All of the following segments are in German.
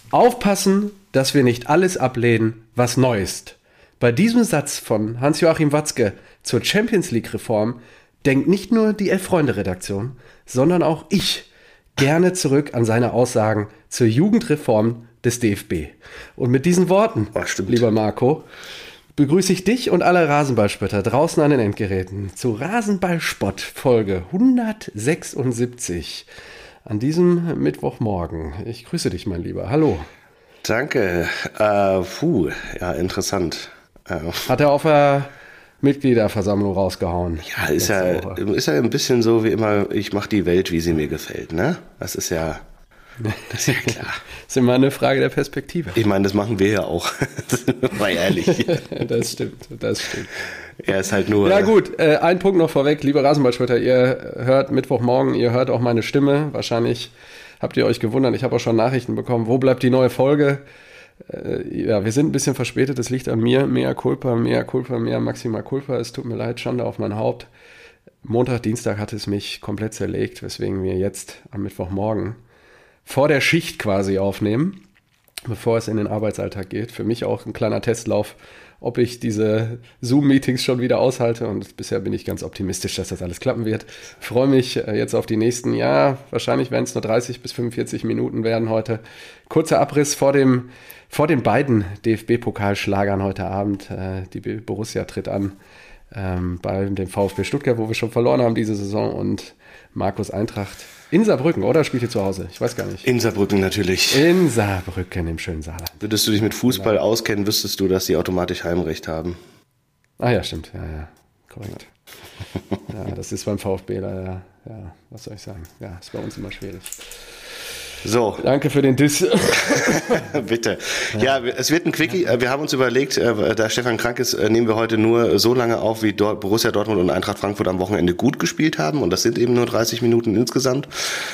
Aufpassen, dass wir nicht alles ablehnen, was neu ist. Bei diesem Satz von Hans-Joachim Watzke zur Champions-League-Reform denkt nicht nur die Elf-Freunde-Redaktion, sondern auch ich gerne zurück an seine Aussagen zur Jugendreform des DFB. Und mit diesen Worten, lieber Marco, begrüße ich dich und alle Rasenballspötter draußen an den Endgeräten zu Rasenballspott Folge 176 an diesem Mittwochmorgen. Ich grüße dich, mein Lieber. Hallo. Danke. Ja, interessant. Hat er auf der Mitgliederversammlung rausgehauen? Ja, ist ja ein bisschen so wie immer, ich mache die Welt, wie sie mir gefällt, ne? Das ist ja klar. Das ist immer eine Frage der Perspektive. Ich meine, das machen wir ja auch. Mal ehrlich. Das stimmt. Er ist halt nur... Ja gut, ein Punkt noch vorweg, liebe Rasenballspötter, ihr hört Mittwochmorgen, ihr hört auch meine Stimme. Wahrscheinlich habt ihr euch gewundert, ich habe auch schon Nachrichten bekommen. Wo bleibt die neue Folge? Ja, wir sind ein bisschen verspätet, das liegt an mir. Mea culpa, maxima culpa. Es tut mir leid, Schande auf mein Haupt. Montag, Dienstag hat es mich komplett zerlegt, weswegen wir jetzt am Mittwochmorgen vor der Schicht quasi aufnehmen, bevor es in den Arbeitsalltag geht. Für mich auch ein kleiner Testlauf, ob ich diese Zoom-Meetings schon wieder aushalte. Und bisher bin ich ganz optimistisch, dass das alles klappen wird. Ich freue mich jetzt auf die nächsten, wahrscheinlich werden es nur 30 bis 45 Minuten werden heute. Kurzer Abriss vor den beiden DFB-Pokalschlagern heute Abend. Die Borussia tritt an bei dem VfB Stuttgart, wo wir schon verloren haben diese Saison, und Markus Eintracht in Saarbrücken, oder spielt ihr zu Hause? Ich weiß gar nicht. In Saarbrücken natürlich. In Saarbrücken, im schönen Saarland. Würdest du dich mit Fußball auskennen, wüsstest du, dass sie automatisch Heimrecht haben. Ah ja, stimmt. Ja, korrekt. Ja, das ist beim VfB leider, was soll ich sagen? Ja, ist bei uns immer schwierig. So. Danke für den Diss. Bitte. Ja, es wird ein Quickie. Wir haben uns überlegt, da Stefan krank ist, nehmen wir heute nur so lange auf, wie Borussia Dortmund und Eintracht Frankfurt am Wochenende gut gespielt haben. Und das sind eben nur 30 Minuten insgesamt.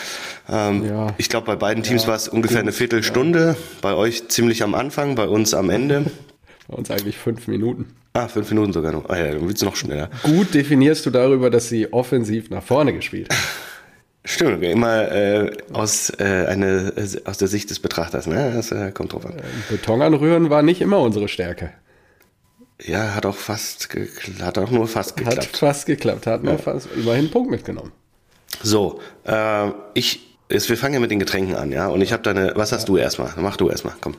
Ich glaube, bei beiden Teams war es ungefähr eine Viertelstunde. Ja. Bei euch ziemlich am Anfang, bei uns am Ende. Bei uns eigentlich 5 Minuten. 5 Minuten sogar noch. Ja, dann wird es noch schneller. Gut definierst du darüber, dass sie offensiv nach vorne gespielt haben. Stimmt, immer aus der Sicht des Betrachters, ne? Das kommt drauf an. Beton anrühren war nicht immer unsere Stärke. Ja, hat auch nur fast geklappt. Hat fast geklappt, immerhin einen Punkt mitgenommen. So, wir fangen ja mit den Getränken an, ja? Und ich habe was hast du erstmal? Mach du erstmal, komm.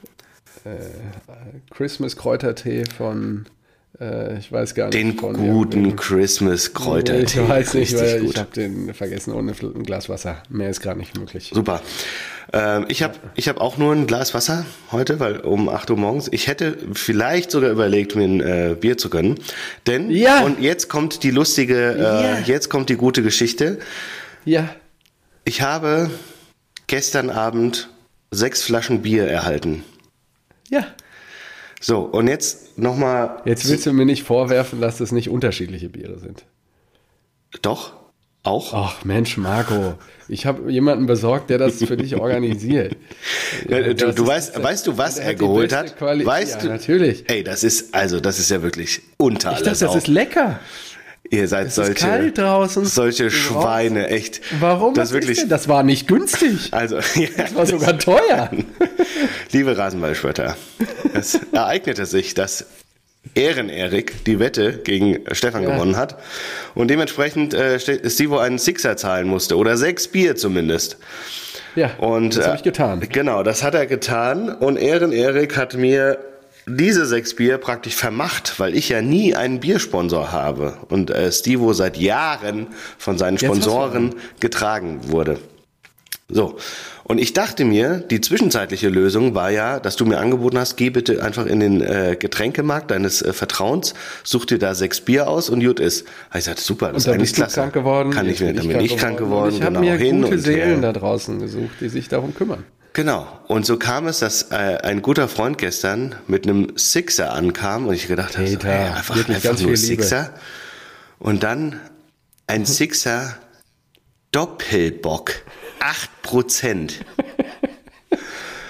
Christmas Kräutertee von... ich weiß gar nicht. Den guten Christmas Kräutertee. Ich weiß nicht, weil ich habe den vergessen ohne ein Glas Wasser. Mehr ist gerade nicht möglich. Super. Ich hab auch nur ein Glas Wasser heute, weil um 8 Uhr morgens. Ich hätte vielleicht sogar überlegt, mir ein Bier zu gönnen. Denn, und jetzt kommt die jetzt kommt die gute Geschichte. Ja. Ich habe gestern Abend 6 Flaschen Bier erhalten. Ja. So, und jetzt nochmal... Jetzt willst du mir nicht vorwerfen, dass das nicht unterschiedliche Biere sind. Doch, auch. Ach Mensch, Marco, ich habe jemanden besorgt, der das für dich organisiert. Du weißt du, was er geholt hat? Weißt du? Natürlich. Ey, das ist ja wirklich unter alles. Ich dachte, das ist lecker. Ihr seid ist kalt draußen. Solche Schweine, echt. Warum? Das war nicht günstig. Also, das war sogar teuer. Liebe Rasenballspötter, es ereignete sich, dass Erik die Wette gegen Stefan gewonnen hat und dementsprechend Stivo einen Sixer zahlen musste oder 6 Bier zumindest. Ja, und das habe ich getan. Genau, das hat er getan und Erik hat mir diese 6 Bier praktisch vermacht, weil ich ja nie einen Biersponsor habe und Stivo seit Jahren von seinen Sponsoren getragen wurde. So, und ich dachte mir, die zwischenzeitliche Lösung war ja, dass du mir angeboten hast, geh bitte einfach in den Getränkemarkt deines Vertrauens, such dir da 6 Bier aus und gut ist. Ich sagte, super, das ist eigentlich klasse. Krank geworden, dann bin ich krank geworden. Ich habe mir gute Seelen da draußen gesucht, die sich darum kümmern. Genau. Und so kam es, dass ein guter Freund gestern mit einem Sixer ankam und ich gedacht habe, einfach nur Sixer. Und dann ein Sixer Doppelbock. 8%.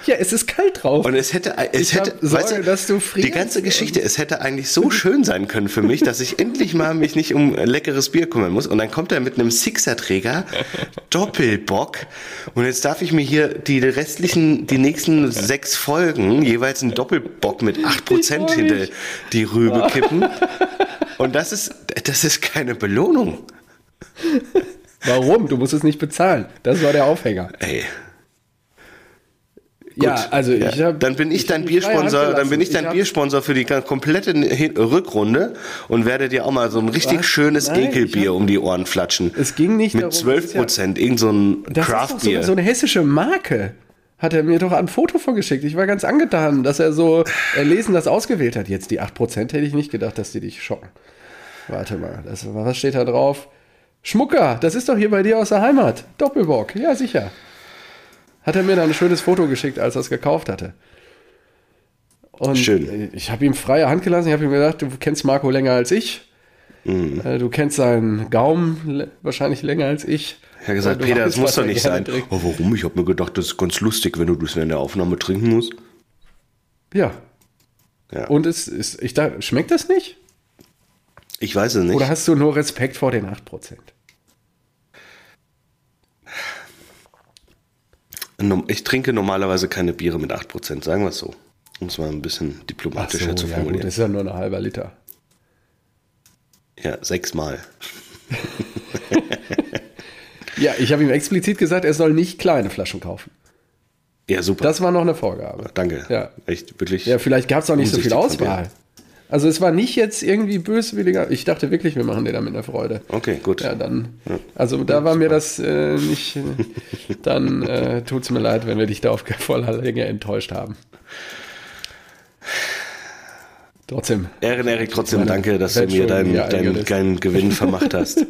Ja, es ist kalt drauf. Und es hätte, Sorge, weißt du, dass du frierst. Die ganze Geschichte, es hätte eigentlich so schön sein können für mich, dass ich endlich mal mich nicht um leckeres Bier kümmern muss. Und dann kommt er mit einem Sixer-Träger, Doppelbock. Und jetzt darf ich mir hier die nächsten 6 Folgen jeweils einen Doppelbock mit 8% hinter die Rübe kippen. Und das ist keine Belohnung. Warum? Du musst es nicht bezahlen. Das war der Aufhänger. Ey. Ja, Gut. also dann bin ich dein Biersponsor für die komplette Rückrunde und werde dir auch mal so ein richtig schönes Ekelbier um die Ohren flatschen. Es ging nicht mit darum, 12%, irgend so ein Craftbier. So eine hessische Marke. Hat er mir doch ein Foto von geschickt. Ich war ganz angetan, dass er so erlesen das ausgewählt hat. Jetzt die 8% hätte ich nicht gedacht, dass die dich schocken. Warte mal, was steht da drauf? Schmucker, das ist doch hier bei dir aus der Heimat. Doppelbock, ja sicher. Hat er mir dann ein schönes Foto geschickt, als er es gekauft hatte. Und schön. Ich habe ihm freie Hand gelassen. Ich habe ihm gedacht, du kennst Marco länger als ich. Mhm. Du kennst seinen Gaumen wahrscheinlich länger als ich. Er hat gesagt, Peter, das muss doch nicht sein. Oh, warum? Ich habe mir gedacht, das ist ganz lustig, wenn du das in der Aufnahme trinken musst. Ja. Und schmeckt das nicht? Ich weiß es nicht. Oder hast du nur Respekt vor den 8%? Ich trinke normalerweise keine Biere mit 8%, sagen wir es so. Um es mal ein bisschen diplomatischer zu formulieren. Gut, das ist ja nur ein halber Liter. Ja, 6-mal. Ja, ich habe ihm explizit gesagt, er soll nicht kleine Flaschen kaufen. Ja, super. Das war noch eine Vorgabe. Danke. Ja. Echt, wirklich. Ja, vielleicht gab es auch nicht so viel Auswahl. Also es war nicht jetzt irgendwie böswilliger. Ich dachte wirklich, wir machen den da mit einer Freude. Okay, gut. Ja, dann. Also da war mir das nicht. Dann tut es mir leid, wenn wir dich da auf voller Länge enttäuscht haben. Trotzdem. Erik, trotzdem danke, dass du mir deinen Gewinn vermacht hast.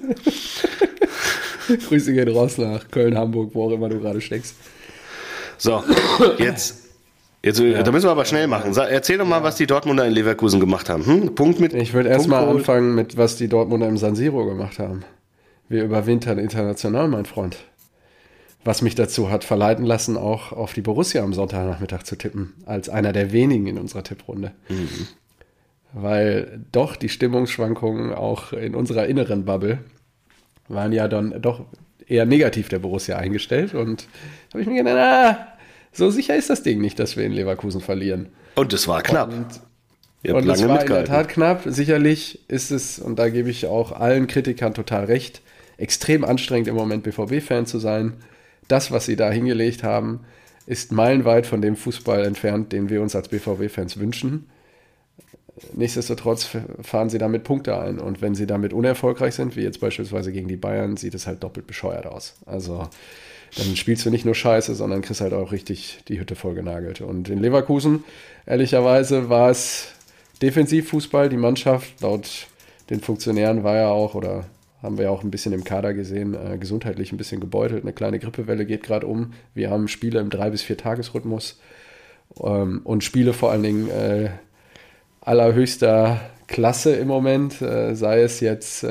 Grüße gehen raus nach Köln, Hamburg, wo auch immer du gerade steckst. So, jetzt da müssen wir aber schnell machen. Erzähl doch mal, was die Dortmunder in Leverkusen gemacht haben. Punkt mit. Ich würde erstmal anfangen mit, was die Dortmunder im San Siro gemacht haben. Wir überwintern international, mein Freund. Was mich dazu hat verleiten lassen, auch auf die Borussia am Sonntagnachmittag zu tippen, als einer der wenigen in unserer Tipprunde. Mhm. Weil doch die Stimmungsschwankungen auch in unserer inneren Bubble waren ja dann doch eher negativ der Borussia eingestellt. Und habe ich mir gedacht, so sicher ist das Ding nicht, dass wir in Leverkusen verlieren. Und es war knapp. Und es war in der Tat knapp. Sicherlich ist es, und da gebe ich auch allen Kritikern total recht, extrem anstrengend im Moment BVB-Fan zu sein. Das, was sie da hingelegt haben, ist meilenweit von dem Fußball entfernt, den wir uns als BVB-Fans wünschen. Nichtsdestotrotz fahren sie damit Punkte ein. Und wenn sie damit unerfolgreich sind, wie jetzt beispielsweise gegen die Bayern, sieht es halt doppelt bescheuert aus. Also dann spielst du nicht nur Scheiße, sondern kriegst halt auch richtig die Hütte voll genagelt. Und in Leverkusen, ehrlicherweise, war es Defensivfußball. Die Mannschaft, laut den Funktionären, war ja auch, oder haben wir ja auch ein bisschen im Kader gesehen, gesundheitlich ein bisschen gebeutelt. Eine kleine Grippewelle geht gerade um. Wir haben Spiele im 3- bis 4-Tages-Rhythmus und Spiele vor allen Dingen allerhöchster Klasse im Moment, sei es jetzt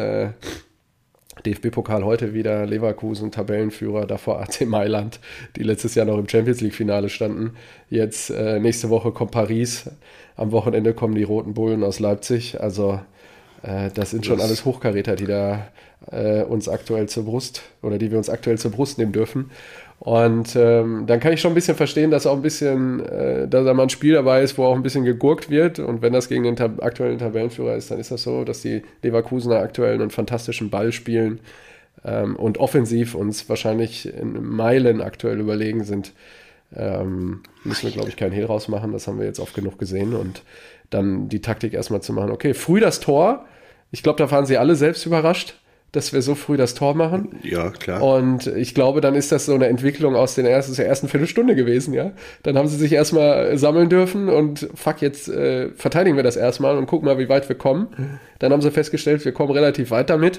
DFB-Pokal heute wieder, Leverkusen, Tabellenführer, davor AC Mailand, die letztes Jahr noch im Champions-League-Finale standen. Jetzt nächste Woche kommt Paris, am Wochenende kommen die Roten Bullen aus Leipzig. Also das sind schon alles Hochkaräter, die da uns aktuell zur Brust, oder die wir uns aktuell zur Brust nehmen dürfen. Und dann kann ich schon ein bisschen verstehen, dass auch ein bisschen, dass da mal ein Spiel dabei ist, wo auch ein bisschen gegurkt wird. Und wenn das gegen den aktuellen Tabellenführer ist, dann ist das so, dass die Leverkusener aktuell einen fantastischen Ball spielen und offensiv uns wahrscheinlich in Meilen aktuell überlegen sind. Müssen wir, glaube ich, keinen Hehl rausmachen. Das haben wir jetzt oft genug gesehen. Und dann die Taktik erstmal zu machen. Okay, früh das Tor. Ich glaube, da waren sie alle selbst überrascht, dass wir so früh das Tor machen. Ja, klar. Und ich glaube, dann ist das so eine Entwicklung aus der ersten Viertelstunde gewesen, ja. Dann haben sie sich erstmal sammeln dürfen und jetzt verteidigen wir das erstmal und gucken mal, wie weit wir kommen. Dann haben sie festgestellt, wir kommen relativ weit damit.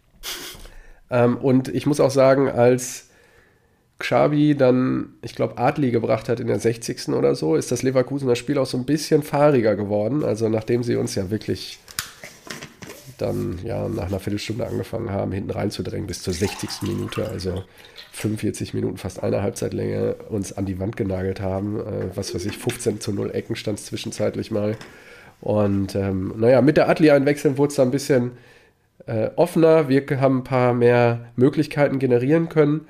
Und ich muss auch sagen, als Xabi dann, ich glaube, Adli gebracht hat in der 60. oder so, ist das Leverkusener Spiel auch so ein bisschen fahriger geworden. Also nachdem sie uns ja wirklich dann ja nach einer Viertelstunde angefangen haben, hinten reinzudrängen bis zur 60. Minute, also 45 Minuten, fast eine Halbzeitlänge, uns an die Wand genagelt haben. Was weiß ich, 15:0 Ecken stand es zwischenzeitlich mal. Und mit der Adli-Einwechseln wurde es da ein bisschen offener. Wir haben ein paar mehr Möglichkeiten generieren können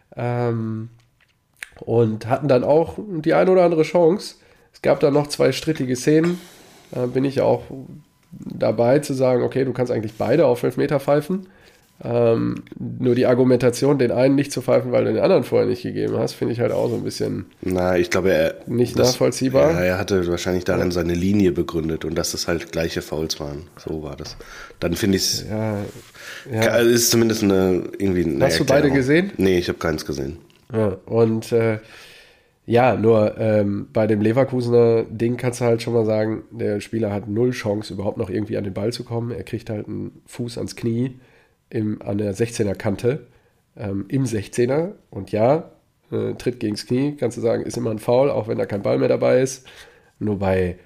und hatten dann auch die eine oder andere Chance. Es gab da noch 2 strittige Szenen. Bin ich auch dabei zu sagen, okay, du kannst eigentlich beide auf 11 Meter pfeifen. Nur die Argumentation, den einen nicht zu pfeifen, weil du den anderen vorher nicht gegeben hast, finde ich halt auch so ein bisschen ich glaube, nicht nachvollziehbar. Ja, er hatte wahrscheinlich darin seine Linie begründet und dass das halt gleiche Fouls waren. So war das. Dann finde ich es, also ist zumindest eine Erklärung. Hast du beide gesehen? Nee, ich habe keins gesehen. Ja, und bei dem Leverkusener Ding kannst du halt schon mal sagen, der Spieler hat 0 Chance, überhaupt noch irgendwie an den Ball zu kommen. Er kriegt halt einen Fuß ans Knie an der 16er Kante, im 16er. Und Tritt gegens Knie, kannst du sagen, ist immer ein Foul, auch wenn da kein Ball mehr dabei ist. Nur bei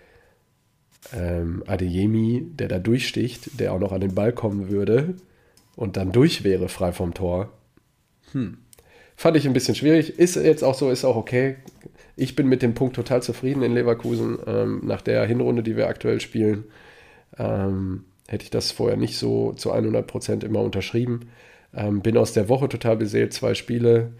Adeyemi, der da durchsticht, der auch noch an den Ball kommen würde und dann durch wäre, frei vom Tor. Fand ich ein bisschen schwierig. Ist jetzt auch so, ist auch okay. Ich bin mit dem Punkt total zufrieden in Leverkusen. Nach der Hinrunde, die wir aktuell spielen, hätte ich das vorher nicht so zu 100% immer unterschrieben. Bin aus der Woche total beseelt. 2 Spiele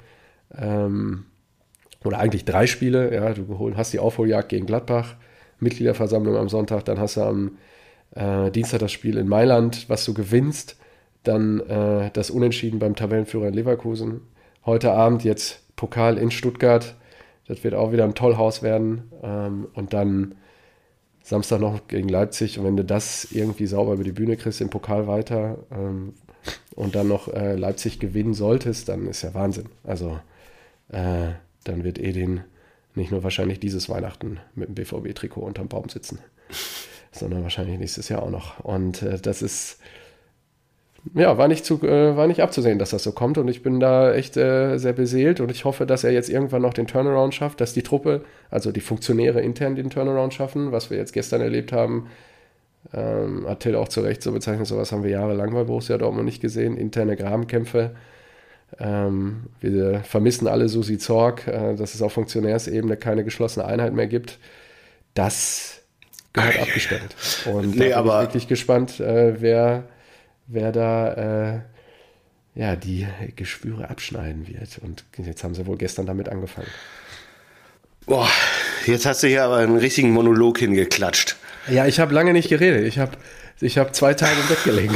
oder eigentlich 3 Spiele. Ja, du hast die Aufholjagd gegen Gladbach, Mitgliederversammlung am Sonntag, dann hast du am Dienstag das Spiel in Mailand, was du gewinnst. Dann das Unentschieden beim Tabellenführer in Leverkusen. Heute Abend jetzt Pokal in Stuttgart. Das wird auch wieder ein Tollhaus werden. Und dann Samstag noch gegen Leipzig. Und wenn du das irgendwie sauber über die Bühne kriegst, im Pokal weiter und dann noch Leipzig gewinnen solltest, dann ist ja Wahnsinn. Also dann wird Edin nicht nur wahrscheinlich dieses Weihnachten mit dem BVB-Trikot unterm Baum sitzen, sondern wahrscheinlich nächstes Jahr auch noch. Und das ist... Ja, war nicht abzusehen, dass das so kommt, und ich bin da echt sehr beseelt, und ich hoffe, dass er jetzt irgendwann noch den Turnaround schafft, dass die Truppe, also die Funktionäre intern den Turnaround schaffen, was wir jetzt gestern erlebt haben, hat Till auch zu Recht so bezeichnet, sowas haben wir jahrelang bei Borussia Dortmund nicht gesehen, interne Grabenkämpfe, wir vermissen alle Susi Zorc, dass es auf Funktionärsebene keine geschlossene Einheit mehr gibt, das gehört abgestellt, und da bin ich wirklich gespannt, wer da die Geschwüre abschneiden wird. Und jetzt haben sie wohl gestern damit angefangen. Boah, jetzt hast du hier aber einen richtigen Monolog hingeklatscht. Ja, ich habe lange nicht geredet. Ich hab 2 Tage im Bett gelegen.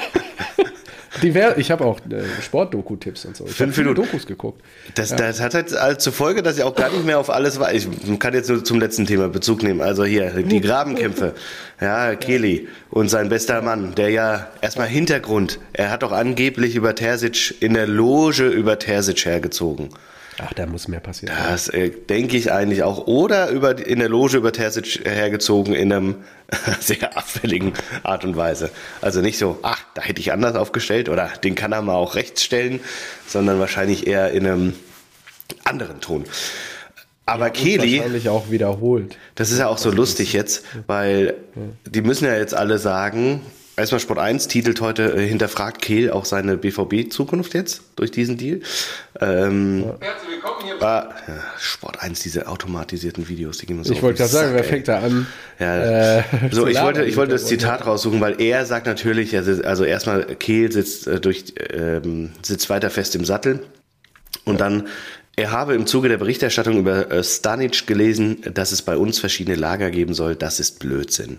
Ich habe auch Sport-Doku-Tipps und so. Ich habe viele Dokus geguckt. Das hat halt als zur Folge, dass ich auch gar nicht mehr auf alles weiß. Ich kann jetzt nur zum letzten Thema Bezug nehmen. Also hier, die Grabenkämpfe. Ja, Kelly und sein bester Mann, der ja erstmal Hintergrund. Er hat doch angeblich in der Loge über Terzic hergezogen. Ach, da muss mehr passieren. Das denke ich eigentlich auch. Oder in der Loge über Terzic hergezogen in einem sehr abfälligen Art und Weise. Also nicht so, da hätte ich anders aufgestellt oder den kann er mal auch rechts stellen, sondern wahrscheinlich eher in einem anderen Ton. Aber Kelly, wahrscheinlich auch wiederholt. Das ist ja auch so lustig jetzt, weil die müssen ja jetzt alle sagen, erstmal Sport 1 titelt heute, hinterfragt Kehl auch seine BVB-Zukunft jetzt durch diesen Deal. Herzlich willkommen hier. Sport 1, diese automatisierten Videos, die gehen uns Ich wollte gerade sagen, wer fängt da an? Ja. Ich wollte das Zitat raussuchen, weil er sagt natürlich, also erstmal Kehl sitzt weiter fest im Sattel und dann, er habe im Zuge der Berichterstattung über Stanic gelesen, dass es bei uns verschiedene Lager geben soll. Das ist Blödsinn.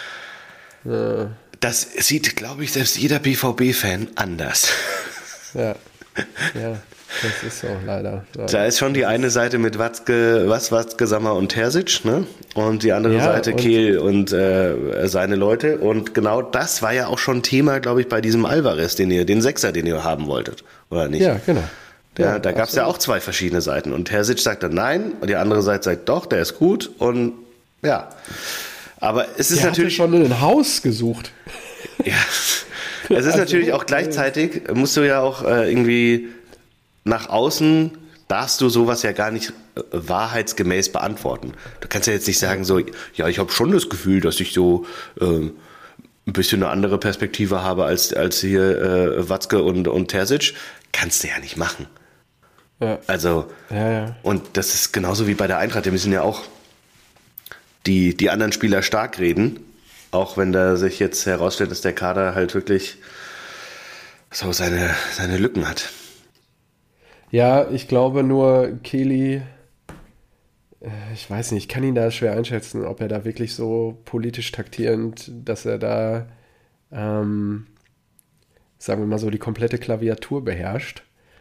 Das sieht, glaube ich, selbst jeder BVB-Fan anders. Ja, das ist so, leider. Da ist schon die eine Seite mit Watzke, Sammer und Terzic, ne? Und die andere Seite Kehl und seine Leute. Und genau das war ja auch schon Thema, glaube ich, bei diesem Alvarez, den Sechser, den ihr haben wolltet, oder nicht? Ja, genau. Ja, da gab es ja auch 2 verschiedene Seiten. Und Terzic sagt dann nein, und die andere Seite sagt doch, der ist gut. Und ja, aber es ist natürlich schon ein Haus gesucht. Ja, es ist natürlich auch gleichzeitig, musst du ja auch irgendwie nach außen, darfst du sowas ja gar nicht wahrheitsgemäß beantworten. Du kannst ja jetzt nicht sagen so, ja, ich habe schon das Gefühl, dass ich so ein bisschen eine andere Perspektive habe als hier Watzke und Terzic, kannst du ja nicht machen. Ja. Also, und das ist genauso wie bei der Eintracht, die müssen ja auch die anderen Spieler stark reden, auch wenn da sich jetzt herausstellt, dass der Kader halt wirklich so seine Lücken hat. Ja, ich glaube nur, Keely, ich weiß nicht, ich kann ihn da schwer einschätzen, ob er da wirklich so politisch taktierend, dass er da, sagen wir mal so, die komplette Klaviatur beherrscht,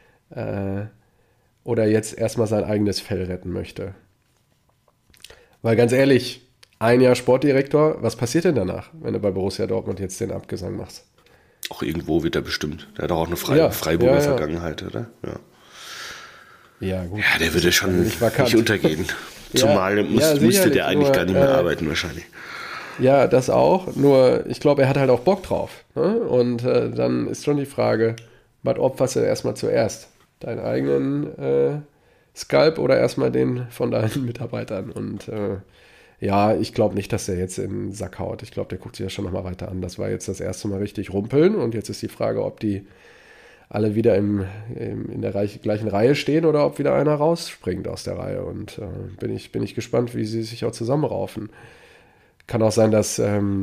oder jetzt erstmal sein eigenes Fell retten möchte. Weil ganz ehrlich, ein Jahr Sportdirektor, was passiert denn danach, wenn du bei Borussia Dortmund jetzt den Abgesang machst? Auch irgendwo wird er bestimmt. Der hat auch eine Freiburger Vergangenheit, oder? Ja, gut. Ja, der würde schon nicht untergehen. Zumal müsste der eigentlich gar nicht mehr arbeiten wahrscheinlich. Ja, das auch. Nur, ich glaube, er hat halt auch Bock drauf. Ne? Und dann ist schon die Frage, was opferst du erstmal zuerst? Deinen eigenen Skalp oder erstmal den von deinen Mitarbeitern? Und ich glaube nicht, dass der jetzt in den Sack haut. Ich glaube, der guckt sich das schon nochmal weiter an. Das war jetzt das erste Mal richtig rumpeln. Und jetzt ist die Frage, ob die alle wieder in der gleichen Reihe stehen oder ob wieder einer rausspringt aus der Reihe. Und bin ich gespannt, wie sie sich auch zusammenraufen. Kann auch sein, dass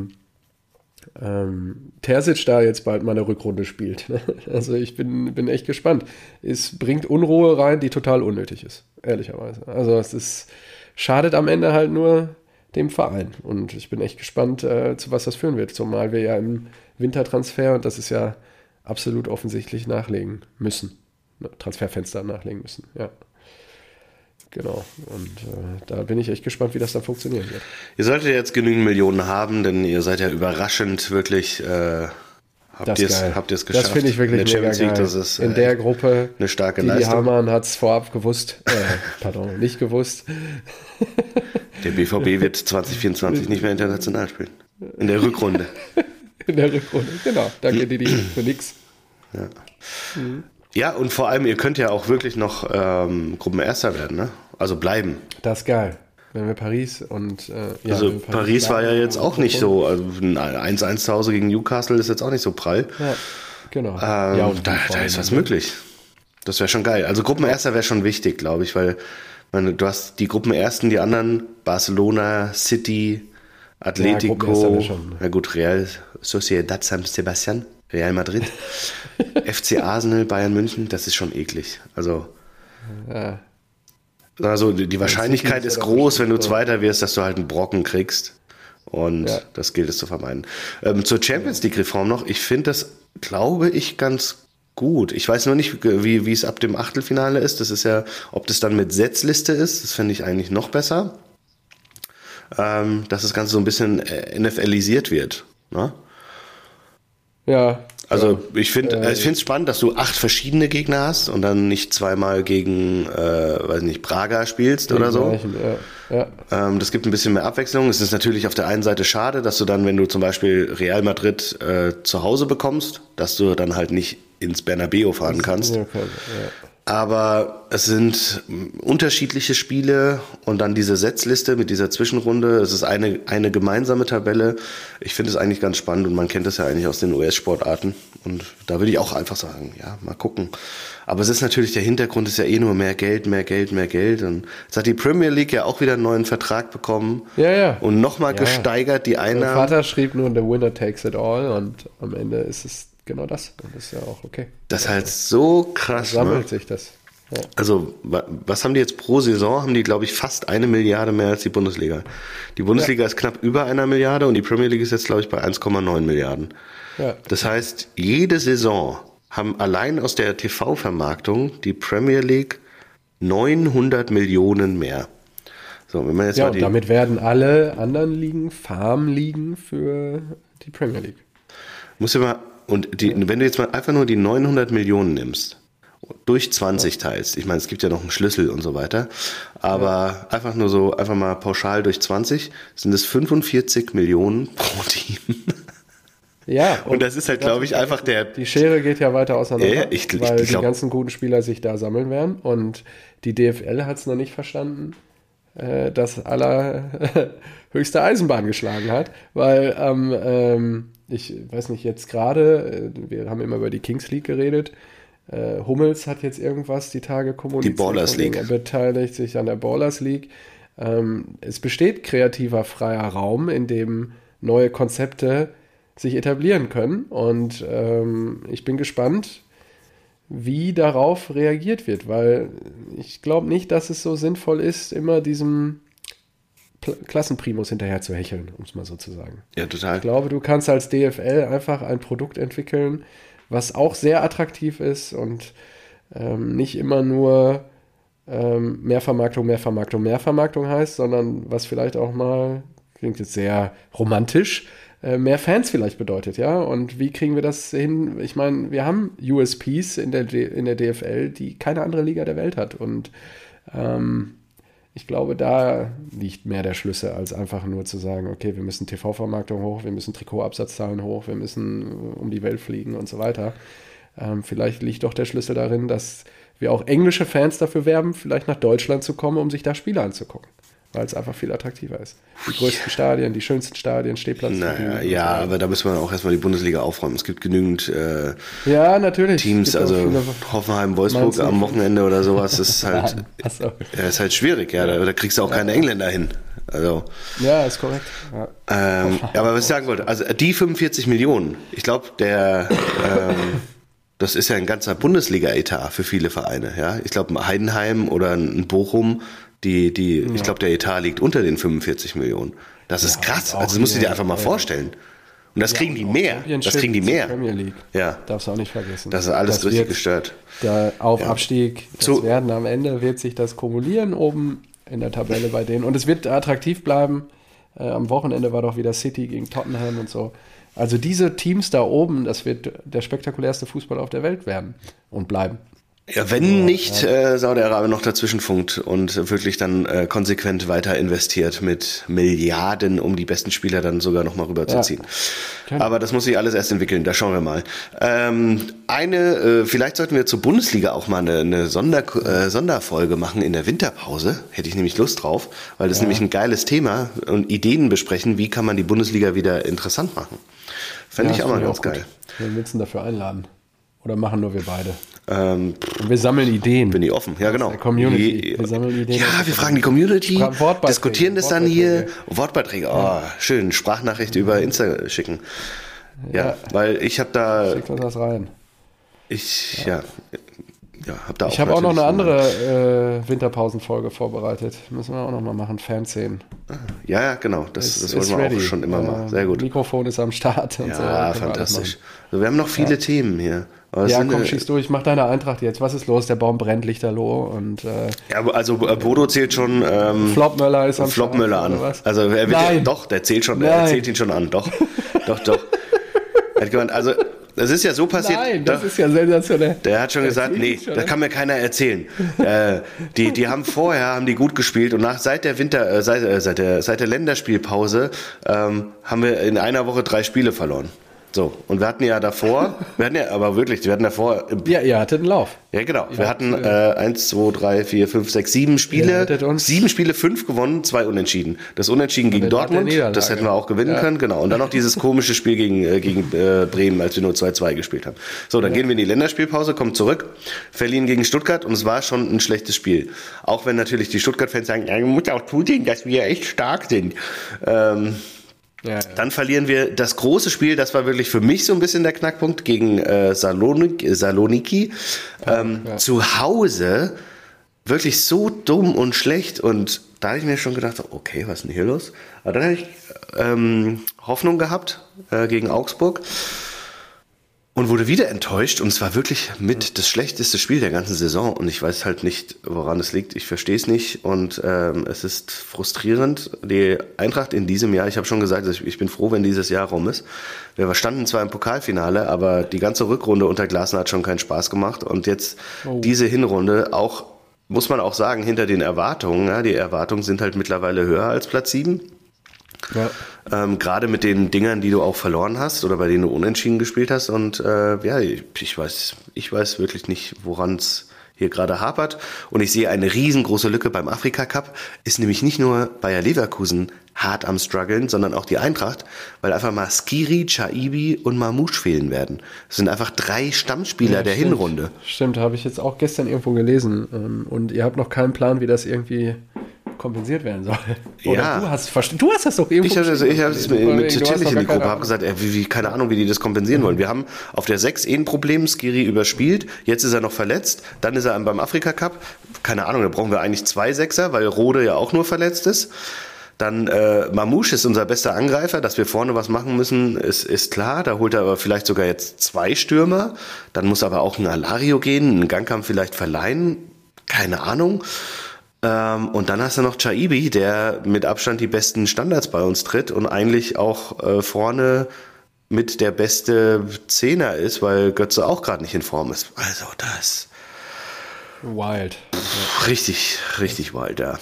Terzic da jetzt bald mal eine Rückrunde spielt. Also ich bin echt gespannt. Es bringt Unruhe rein, die total unnötig ist, ehrlicherweise. Also es schadet am Ende halt nur dem Verein. Und ich bin echt gespannt, zu was das führen wird. Zumal wir ja im Wintertransfer, und das ist ja absolut offensichtlich, nachlegen müssen. Transferfenster nachlegen müssen, ja. Genau, und da bin ich echt gespannt, wie das dann funktionieren wird. Ihr solltet jetzt genügend Millionen haben, denn ihr seid ja überraschend wirklich, habt ihr es geschafft. Das finde ich wirklich mega geil. Das ist, in der Gruppe, eine starke Leistung. Die Hamann hat es vorab gewusst, nicht gewusst. Der BVB wird 2024 nicht mehr international spielen. In der Rückrunde. In der Rückrunde, genau. Danke, Didi, für nix. Ja. Ja, und vor allem, ihr könnt ja auch wirklich noch Gruppenerster werden, ne? Also bleiben. Das ist geil. Wenn wir Paris und... also Paris war ja jetzt auch nicht so, also ein 1-1 zu Hause gegen Newcastle ist jetzt auch nicht so prall. Ja, genau. Und da ist was möglich. Das wäre schon geil. Also Gruppenerster wäre schon wichtig, glaube ich, weil du hast die Gruppenersten, die anderen, Barcelona, City, Atletico, na gut, Real Sociedad San Sebastian, Real Madrid, FC Arsenal, Bayern München, das ist schon eklig. Also die Wahrscheinlichkeit ist groß, wenn du Zweiter wirst, dass du halt einen Brocken kriegst. Und das gilt es zu vermeiden. Zur Champions League-Reform noch. Ich finde das, glaube ich, ganz gut. Ich weiß nur nicht, wie es ab dem Achtelfinale ist. Das ist ja, ob das dann mit Setzliste ist. Das finde ich eigentlich noch besser. Dass das Ganze so ein bisschen NFLisiert wird. Ne? Ja. Also ich finde es spannend, dass du 8 verschiedene Gegner hast und dann nicht zweimal gegen, Braga spielst oder so. Das gibt ein bisschen mehr Abwechslung. Es ist natürlich auf der einen Seite schade, dass du dann, wenn du zum Beispiel Real Madrid zu Hause bekommst, dass du dann halt nicht ins Bernabeu fahren kannst. Aber es sind unterschiedliche Spiele und dann diese Setzliste mit dieser Zwischenrunde. Es ist eine gemeinsame Tabelle. Ich finde es eigentlich ganz spannend und man kennt das ja eigentlich aus den US-Sportarten. Und da würde ich auch einfach sagen, ja, mal gucken. Aber es ist natürlich, der Hintergrund ist ja eh nur mehr Geld. Und jetzt hat die Premier League ja auch wieder einen neuen Vertrag bekommen. Ja. Und nochmal gesteigert die Einnahmen. Mein Vater schrieb nur, the winner takes it all. Und am Ende ist es genau das. Und das ist ja auch okay. Das ist halt so krass. Sammelt sich das. Ja. Also, was haben die jetzt pro Saison? Haben die, glaube ich, fast 1 Milliarde mehr als die Bundesliga. Die Bundesliga ist knapp über 1 Milliarde und die Premier League ist jetzt, glaube ich, bei 1,9 Milliarden. Ja. Das heißt, jede Saison haben allein aus der TV-Vermarktung die Premier League 900 Millionen mehr. So, wenn man jetzt und damit werden alle anderen Ligen Farmligen für die Premier League. Wenn du jetzt mal einfach nur die 900 Millionen nimmst, durch 20 teilst, ich meine, es gibt ja noch einen Schlüssel und so weiter, aber einfach mal pauschal durch 20, sind es 45 Millionen pro Team. Ja. Und das ist halt, glaube ich, einfach die Schere geht ja weiter auseinander, weil die ganzen guten Spieler sich da sammeln werden und die DFL hat es noch nicht verstanden, dass allerhöchste Eisenbahn geschlagen hat, weil ich weiß nicht, jetzt gerade, wir haben immer über die Kings League geredet, Hummels hat jetzt irgendwas die Tage kommuniziert. Die Ballers League. Er beteiligt sich an der Ballers League. Es besteht kreativer, freier Raum, in dem neue Konzepte sich etablieren können. Und ich bin gespannt, wie darauf reagiert wird, weil ich glaube nicht, dass es so sinnvoll ist, immer diesem Klassenprimus hinterher zu hecheln, um es mal so zu sagen. Ja, total. Ich glaube, du kannst als DFL einfach ein Produkt entwickeln, was auch sehr attraktiv ist und nicht immer nur mehr Vermarktung heißt, sondern was vielleicht auch mal, klingt jetzt sehr romantisch, mehr Fans vielleicht bedeutet, ja. Und wie kriegen wir das hin? Ich meine, wir haben USPs in der DFL, die keine andere Liga der Welt hat. Und ich glaube, da liegt mehr der Schlüssel, als einfach nur zu sagen, okay, wir müssen TV-Vermarktung hoch, wir müssen Trikotabsatzzahlen hoch, wir müssen um die Welt fliegen und so weiter. Vielleicht liegt doch der Schlüssel darin, dass wir auch englische Fans dafür werben, vielleicht nach Deutschland zu kommen, um sich da Spiele anzugucken. Weil es einfach viel attraktiver ist. Die größten Stadien, die schönsten Stadien, Stehplatz. Naja, ja, aber da müssen wir auch erstmal die Bundesliga aufräumen. Es gibt genügend ja, natürlich. Teams, also Hoffenheim, Wolfsburg am Wochenende oder sowas, ist halt, ist halt schwierig. Ja, da kriegst du auch keine Engländer hin. Also, ja, ist korrekt. Ja. Aber was ich sagen wollte, also die 45 Millionen, ich glaube, das ist ja ein ganzer Bundesliga-Etat für viele Vereine. Ja? Ich glaube, ein Heidenheim oder ein Bochum, ich glaube, der Etat liegt unter den 45 Millionen. Das ist krass. Also das musst du dir einfach mal vorstellen. Und das kriegen die mehr. Das kriegen die mehr. Premier League. Ja. Darfst du auch nicht vergessen. Das ist alles richtig gestört. Der Abstieg, am Ende wird sich das kumulieren oben in der Tabelle bei denen. Und es wird attraktiv bleiben. Am Wochenende war doch wieder City gegen Tottenham und so. Also diese Teams da oben, das wird der spektakulärste Fußball auf der Welt werden und bleiben. Ja, wenn nicht Saudi-Arabien noch dazwischen funkt und wirklich dann konsequent weiter investiert mit Milliarden, um die besten Spieler dann sogar nochmal rüberzuziehen. Ja. Aber das muss sich alles erst entwickeln, da schauen wir mal. Vielleicht sollten wir zur Bundesliga auch mal eine Sonderfolge machen in der Winterpause. Hätte ich nämlich Lust drauf, weil das ist nämlich ein geiles Thema und Ideen besprechen, wie kann man die Bundesliga wieder interessant machen. Fände ich auch mal ganz geil. Wen willst du dafür einladen? Oder machen nur wir beide? Wir sammeln Ideen. Bin ich offen, ja genau. Community. Wir sammeln Ideen. Ja, wir fragen die Community, diskutieren das dann hier. Wortbeiträge, schön. Sprachnachricht über Insta schicken. Ja, weil ich habe da... Schickt uns das rein. Ich habe auch noch eine andere Winterpausenfolge vorbereitet. Müssen wir auch noch mal machen, Fanszenen. Ja, genau. Das wollten wir auch schon immer mal. Sehr gut. Mikrofon ist am Start. Und ja, fantastisch. Also wir haben noch viele Themen hier. Komm, schieß durch, mach deine Eintracht jetzt. Was ist los? Der Baum brennt, lichterloh. Und, also Bodo zählt schon... Flopmöller ist am Start. Flopmöller an. Also er wird doch, der zählt schon, er zählt ihn schon an. Doch. Er hat gemeint, also... Das ist ja so passiert. Nein, das ist ja sensationell. Der hat schon gesagt, nee, das kann mir keiner erzählen. Die haben die gut gespielt und seit der Länderspielpause haben wir in einer Woche 3 Spiele verloren. So, und wir hatten davor. Ja, ihr hattet einen Lauf. Ja, genau. Wir hatten 1, 2, 3, 4, 5, 6, 7 Spiele. 7 Spiele, 5 gewonnen, 2 unentschieden. Das Unentschieden gegen Dortmund, das hätten wir auch gewinnen können, genau. Und dann noch dieses komische Spiel gegen Bremen, als wir nur 2-2 gespielt haben. So, dann gehen wir in die Länderspielpause, kommen zurück, verlieren gegen Stuttgart und es war schon ein schlechtes Spiel. Auch wenn natürlich die Stuttgart-Fans sagen, ja, man muss auch zusehen, dass wir echt stark sind. Dann verlieren wir das große Spiel, das war wirklich für mich so ein bisschen der Knackpunkt, gegen Saloniki. Zu Hause wirklich so dumm und schlecht und da habe ich mir schon gedacht, okay, was ist denn hier los? Aber dann habe ich Hoffnung gehabt gegen Augsburg und wurde wieder enttäuscht und es war wirklich mit das schlechteste Spiel der ganzen Saison und ich weiß halt nicht, woran es liegt. Ich verstehe es nicht und es ist frustrierend. Die Eintracht in diesem Jahr, ich habe schon gesagt, ich bin froh, wenn dieses Jahr rum ist. Wir standen zwar im Pokalfinale, aber die ganze Rückrunde unter Glasner hat schon keinen Spaß gemacht und jetzt diese Hinrunde auch, muss man auch sagen, hinter den Erwartungen. Ja, die Erwartungen sind halt mittlerweile höher als Platz 7. Ja. Gerade mit den Dingern, die du auch verloren hast oder bei denen du unentschieden gespielt hast und ich weiß wirklich nicht, woran es hier gerade hapert und ich sehe eine riesengroße Lücke beim Afrika Cup, ist nämlich nicht nur Bayer Leverkusen hart am struggeln, sondern auch die Eintracht, weil einfach mal Skiri, Chaibi und Mamouche fehlen werden. Das sind einfach 3 Stammspieler der Hinrunde. Stimmt, habe ich jetzt auch gestern irgendwo gelesen. Und ihr habt noch keinen Plan, wie das irgendwie kompensiert werden soll. Oder Ja. du hast das doch irgendwo Ich habe es mit Tillich in die Gruppe, habe gesagt. gesagt, keine Ahnung, wie die das kompensieren wollen. Wir haben auf der 6 ein Problem, Skiri überspielt, jetzt ist er noch verletzt, dann ist er beim Afrika Cup, keine Ahnung, da brauchen wir eigentlich 2 Sechser, weil Rode ja auch nur verletzt ist. Dann Mamouche ist unser bester Angreifer, dass wir vorne was machen müssen, ist klar. Da holt er aber vielleicht sogar jetzt 2 Stürmer. Dann muss aber auch ein Alario gehen, ein Gangkampf vielleicht verleihen, keine Ahnung. Und dann hast du noch Chaibi, der mit Abstand die besten Standards bei uns tritt und eigentlich auch vorne mit der beste Zehner ist, weil Götze auch gerade nicht in Form ist. Also das Wild. richtig, richtig wild, ja.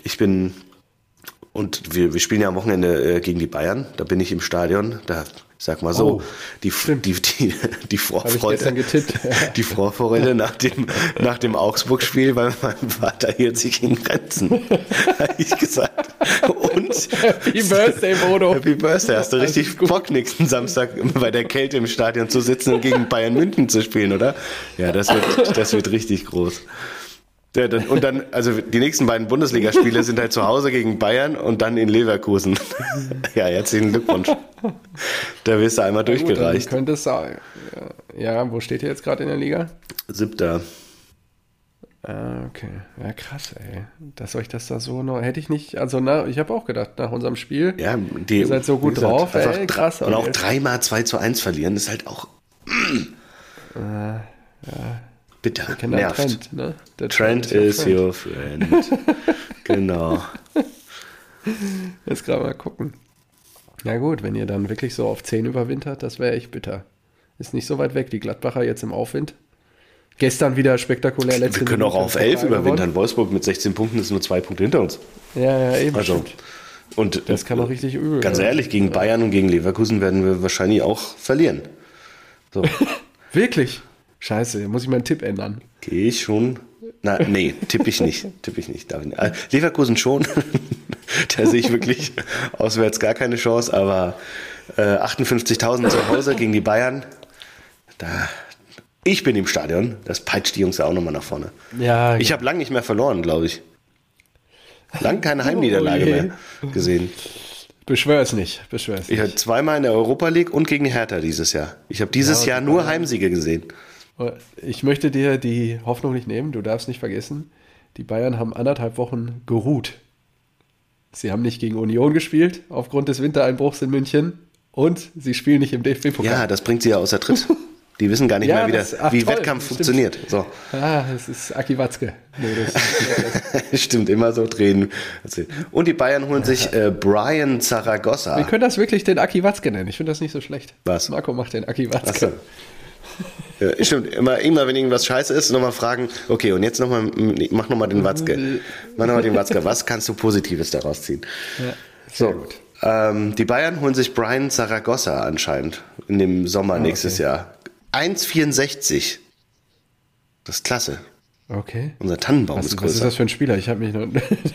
Und wir spielen ja am Wochenende gegen die Bayern, da bin ich im Stadion, da ich sag mal so, die Vorfreude, die Vorfreude nach dem Augsburg-Spiel, weil mein Vater hielt sich in Grenzen, habe ich gesagt. Und Happy Birthday, Bodo. Happy Birthday, hast du richtig Bock, nächsten Samstag bei der Kälte im Stadion zu sitzen und gegen Bayern München zu spielen, oder? Ja, das wird richtig groß. Ja, und dann, also die nächsten beiden Bundesligaspiele sind halt zu Hause gegen Bayern und dann in Leverkusen. Ja, herzlichen Glückwunsch. Da wirst du einmal durchgereicht. Gut, könnte es sein. Ja, wo steht ihr jetzt gerade in der Liga? 7. Okay. Ja, krass, ey. Dass euch das da so noch, hätte ich nicht, also ich habe auch gedacht, nach unserem Spiel, ja, ihr seid so gut drauf, ey, krass. Und auch 3-mal 2-1 verlieren, ist halt auch ja. bitter, Wir kennen nervt. den Trend, ne? Der Trend is your friend. Genau. Jetzt gerade mal gucken. Ja gut, wenn ihr dann wirklich so auf 10 überwintert, das wäre echt bitter. Ist nicht so weit weg, die Gladbacher jetzt im Aufwind. Gestern wieder spektakulär letzte Wir können auch Minute auf 11 gewonnen. überwintern. Wolfsburg mit 16 Punkten ist nur 2 Punkte hinter uns. Ja, eben. Also, stimmt. und Das kann auch richtig übel ganz werden. ehrlich, gegen Bayern und gegen Leverkusen werden wir wahrscheinlich auch verlieren. So. Wirklich? Scheiße, muss ich meinen Tipp ändern. Gehe ich schon? Nee, tippe ich nicht. Darf ich nicht. Leverkusen schon. Da sehe ich wirklich auswärts gar keine Chance, aber 58.000 zu Hause gegen die Bayern, ich bin im Stadion, das peitscht die Jungs ja auch nochmal nach vorne. Ja, Ich habe lange nicht mehr verloren, glaube ich. Lang keine Heimniederlage mehr gesehen. Beschwör es nicht. Ich hatte 2-mal in der Europa League und gegen Hertha dieses Jahr. Ich habe dieses Jahr nur Heimsiege gesehen. Ich möchte dir die Hoffnung nicht nehmen, du darfst nicht vergessen, die Bayern haben 1,5 Wochen geruht. Sie haben nicht gegen Union gespielt, aufgrund des Wintereinbruchs in München, und sie spielen nicht im DFB-Pokal. Ja, das bringt sie ja außer Tritt. Die wissen gar nicht Ja, mehr, wie toll, Wettkampf stimmt. funktioniert. So. Das ist Aki Watzke. Nee, Stimmt, immer so drehen. Und die Bayern holen sich Brian wir Zaragoza. können das wirklich den Aki Watzke nennen. Ich finde das nicht so schlecht. Was? Marco macht den Aki Achso. Watzke. Ja, stimmt, immer wenn irgendwas scheiße ist, nochmal fragen, okay, und jetzt mach nochmal den Watzke. Mach nochmal den Watzke. Was kannst du Positives daraus ziehen? Ja, sehr gut. Die Bayern holen sich Brian Zaragoza anscheinend in dem Sommer nächstes Jahr. 1,64. Das ist klasse. Okay. Unser Tannenbaum Was ist ist größer. das für ein Spieler? Ich habe mich noch...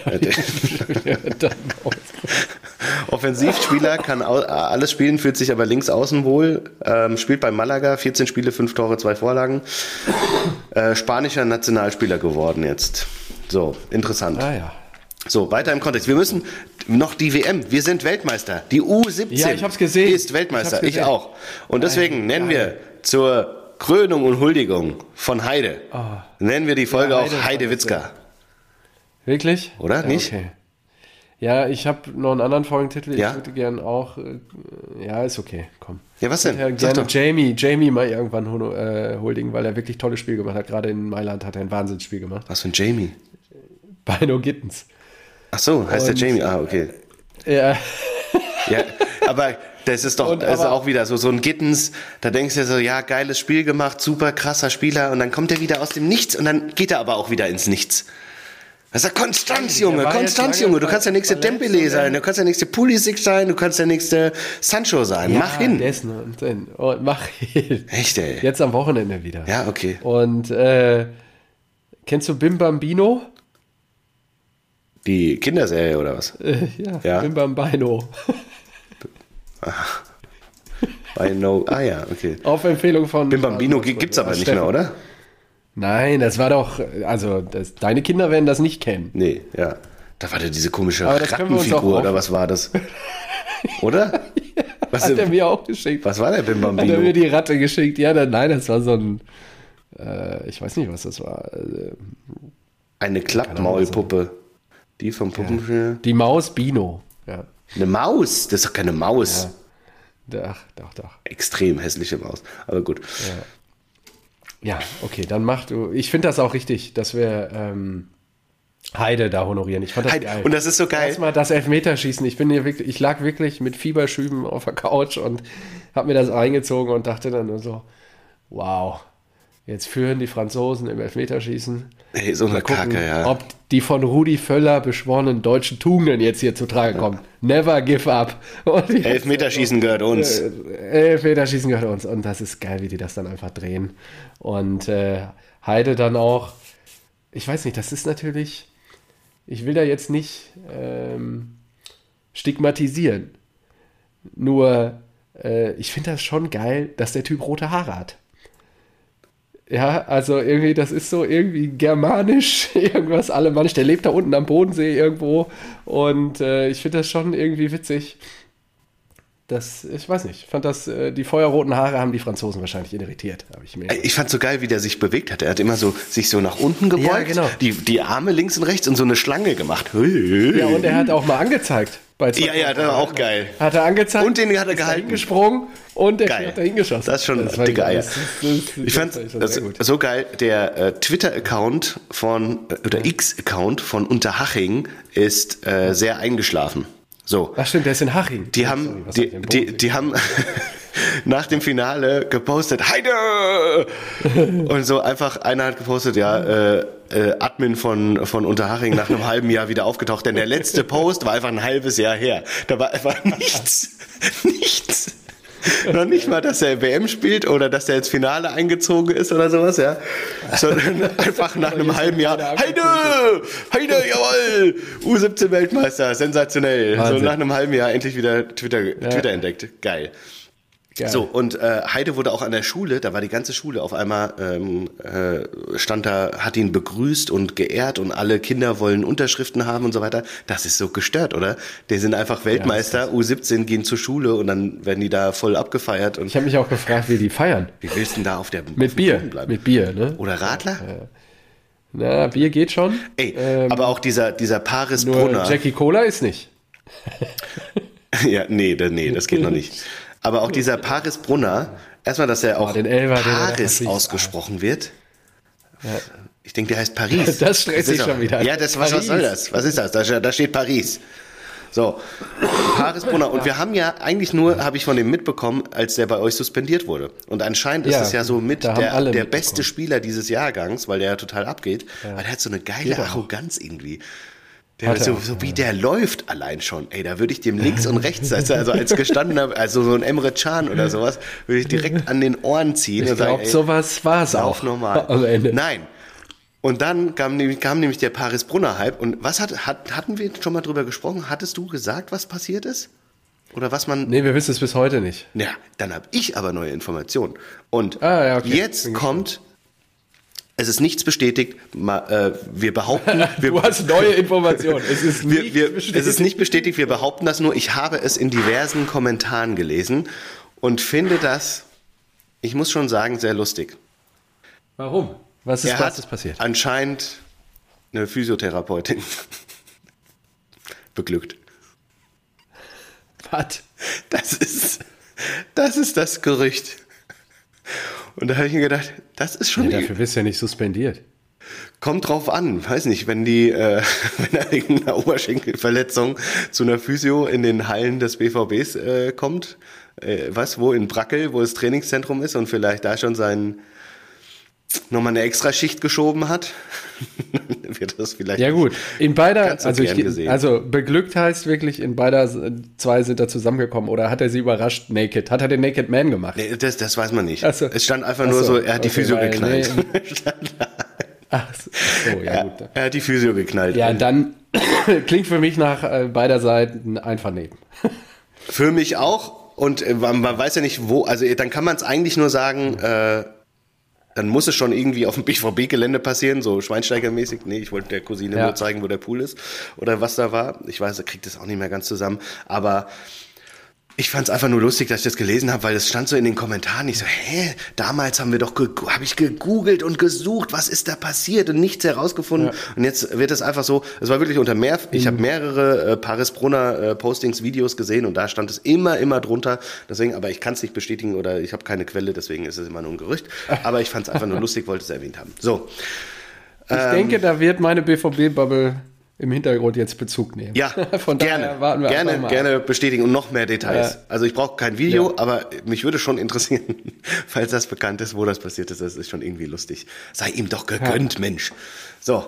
Offensivspieler, kann alles spielen, fühlt sich aber links außen wohl, spielt bei Malaga, 14 Spiele, 5 Tore, 2 Vorlagen. Spanischer Nationalspieler geworden jetzt. So, interessant. Ja. So, weiter im Kontext. Wir müssen noch die WM. Wir sind Weltmeister. Die U17 Ja, ich hab's gesehen. ist Weltmeister. Ich hab's Ich gesehen. auch. Und deswegen nennen wir zur Krönung und Huldigung von Heide, nennen wir die Folge auch Heidewitzka. Wirklich? Oder? Ja, Nicht? Okay. Ja, ich habe noch einen anderen Folgentitel. Ja? Ich würde gern auch... ja, ist okay. Komm. Ja, was denn? Ja, Sag gerne doch. Jamie mal irgendwann huldigen, weil er wirklich tolles Spiel gemacht hat. Gerade in Mailand hat er ein Wahnsinnsspiel gemacht. Was für ein Jamie? Bino Gittens. Ach so, heißt der Und- Jamie. Ah, okay. Ja, Ja, aber das ist doch das ist auch wieder so ein Gittens, da denkst du dir so, ja, geiles Spiel gemacht, super krasser Spieler, und dann kommt er wieder aus dem Nichts und dann geht er aber auch wieder ins Nichts. Das ist Konstanz, Junge, war Konstanz, jetzt Junge. lange Du kannst der nächste verletzt Dembele und sein, du kannst der nächste Pulisic sein, du kannst der nächste Sancho sein. Mach hin. Mach hin. Echt, ey. Jetzt am Wochenende wieder. Ja, okay. Und kennst du Bim Bambino? Die Kinderserie oder was? Ja, Bim Bambino. Ja, okay. Auf Empfehlung von... Bim Bambino gibt's aber nicht mehr, oder? Nein, das war doch... Also, deine Kinder werden das nicht kennen. Nee, ja. Da war da diese komische Rattenfigur, oder was war das? Oder? Was hat er mir auch geschickt. Was war der Bim Bambino? Hat er mir die Ratte geschickt? Ja, nein, das war so ein... ich weiß nicht, was das war. Eine Klappmaulpuppe. Die vom Puppenspiel. Die Maus Bino. Ja. Eine Maus? Das ist doch keine Maus. Ja. Doch. Extrem hässliche Maus. Aber gut. Ja, okay, dann mach du. Ich finde das auch richtig, dass wir Heide da honorieren. Ich fand das geil. Und das ist so geil. Erstmal das Elfmeterschießen. Ich lag wirklich mit Fieberschüben auf der Couch und habe mir das reingezogen und dachte dann nur so, wow. Jetzt führen die Franzosen im Elfmeterschießen. Hey, so eine Kacke, ja. Ob die von Rudi Völler beschworenen deutschen Tugenden jetzt hier zu tragen kommen. Never give up. Elfmeterschießen gehört uns. Elfmeterschießen gehört uns. Und das ist geil, wie die das dann einfach drehen. Und Heide dann auch. Ich weiß nicht, das ist natürlich... Ich will da jetzt nicht stigmatisieren. Nur, ich finde das schon geil, dass der Typ rote Haare hat. Ja, also irgendwie, das ist so irgendwie germanisch, irgendwas alemannisch. Der lebt da unten am Bodensee irgendwo und ich finde das schon irgendwie witzig. Ich weiß nicht, ich fand das, die feuerroten Haare haben die Franzosen wahrscheinlich irritiert. Ich fand so geil, wie der sich bewegt hat. Er hat immer so sich so nach unten gebeugt, ja, genau. die Arme links und rechts und so eine Schlange gemacht. Ja, und er hat auch mal angezeigt. Ja, das war auch geil. Hat er angezeigt. Und den hat er gehalten. Gesprungen und der hat er hingeschossen. Das ist schon dicke Eier. Ich fand das so geil. Der Twitter-Account oder X-Account von Unterhaching ist sehr eingeschlafen. So. Ach stimmt, der ist in Haching. Die haben nach dem Finale gepostet, Heide! Und so einfach, einer hat gepostet, Admin von Unterhaching nach einem halben Jahr wieder aufgetaucht, denn der letzte Post war einfach ein halbes Jahr her. Da war einfach nichts. Noch nicht mal, dass er WM spielt oder dass er ins Finale eingezogen ist oder sowas, ja. Sondern einfach nach einem halben Jahr, Heide, jawohl, U17 Weltmeister, sensationell. Wahnsinn. So nach einem halben Jahr endlich wieder Twitter entdeckt. Geil. So, und Heide wurde auch an der Schule, da war die ganze Schule auf einmal, stand da, hat ihn begrüßt und geehrt und alle Kinder wollen Unterschriften haben und so weiter. Das ist so gestört, oder? Die sind einfach Weltmeister, U17 gehen zur Schule und dann werden die da voll abgefeiert. Und ich habe mich auch gefragt, wie die feiern. Wie willst du denn da auf dem Bier Boden bleiben? Mit Bier, ne? Oder Radler? Na, Bier geht schon. Ey, aber auch dieser Paris Brunner. Jackie Cola ist nicht. Ja, nee, das geht noch nicht. Aber auch dieser Paris Brunner, erstmal, dass er auch Paris ausgesprochen wird. Ja. Ich denke, der heißt Paris. Das stresst sich schon wieder. Ja, was soll das? Was ist das? Da steht Paris. So, Paris Brunner. Und wir haben ja eigentlich nur, habe ich von dem mitbekommen, als der bei euch suspendiert wurde. Und anscheinend ist es ja so mit der beste Spieler dieses Jahrgangs, weil der ja total abgeht. Ja. Weil der hat so eine geile Arroganz irgendwie. So wie der läuft allein schon. Ey, da würde ich dem links und rechts, also als gestandener, also so ein Emre Can oder sowas, würde ich direkt an den Ohren ziehen. Ich glaube, sowas war es auch. Normal. Am Ende. Nein. Und dann kam nämlich der Paris Brunner Hype. Und was hatten wir schon mal drüber gesprochen? Hattest du gesagt, was passiert ist? Oder was man... Nee, wir wissen es bis heute nicht. Ja, dann habe ich aber neue Informationen. Und jetzt kommt... Es ist nichts bestätigt. Wir behaupten... Du hast neue Informationen. Es ist nicht bestätigt. Wir behaupten das nur. Ich habe es in diversen Kommentaren gelesen und finde das, ich muss schon sagen, sehr lustig. Warum? Was ist passiert? Anscheinend eine Physiotherapeutin beglückt. Was? Das ist das Gerücht. Und da habe ich mir gedacht, das ist schon... dafür bist du ja nicht suspendiert. Kommt drauf an, weiß nicht, wenn er wegen einer Oberschenkelverletzung zu einer Physio in den Hallen des BVBs kommt, wo in Brackel, wo das Trainingszentrum ist und vielleicht da schon nochmal eine Extraschicht geschoben hat, wird das vielleicht... Ja gut, in beider, gesehen. Also beglückt heißt wirklich, in beider zwei sind da zusammengekommen oder hat er sie überrascht naked? Hat er den Naked Man gemacht? Nee, das weiß man nicht. So. Es stand einfach nur so, er hat die Physio geknallt. Ach so, ja gut. Er hat die Physio geknallt. Ja, dann klingt für mich nach beider Seiten Einvernehmen. Für mich auch. Und man weiß ja nicht, wo. Also dann kann man es eigentlich nur sagen, dann muss es schon irgendwie auf dem BVB-Gelände passieren, so Schweinsteiger-mäßig. Nee, ich wollte der Cousine nur zeigen, wo der Pool ist oder was da war. Ich weiß, er kriegt das auch nicht mehr ganz zusammen. Aber ich fand es einfach nur lustig, dass ich das gelesen habe, weil es stand so in den Kommentaren. Ich so, damals habe ich gegoogelt und gesucht, was ist da passiert und nichts herausgefunden. Ja. Und jetzt wird es einfach so, es war wirklich ich habe mehrere Paris-Brunner Postings, Videos gesehen und da stand es immer drunter. Deswegen, aber ich kann es nicht bestätigen oder ich habe keine Quelle, deswegen ist es immer nur ein Gerücht. Aber ich fand es einfach nur lustig, wollte es erwähnt haben. So. Ich denke, da wird meine BVB-Bubble im Hintergrund jetzt Bezug nehmen. Ja, von daher warten wir gerne bestätigen und noch mehr Details. Ja. Also ich brauche kein Video, aber mich würde schon interessieren, falls das bekannt ist, wo das passiert ist. Das ist schon irgendwie lustig. Sei ihm doch gegönnt, Mensch. So.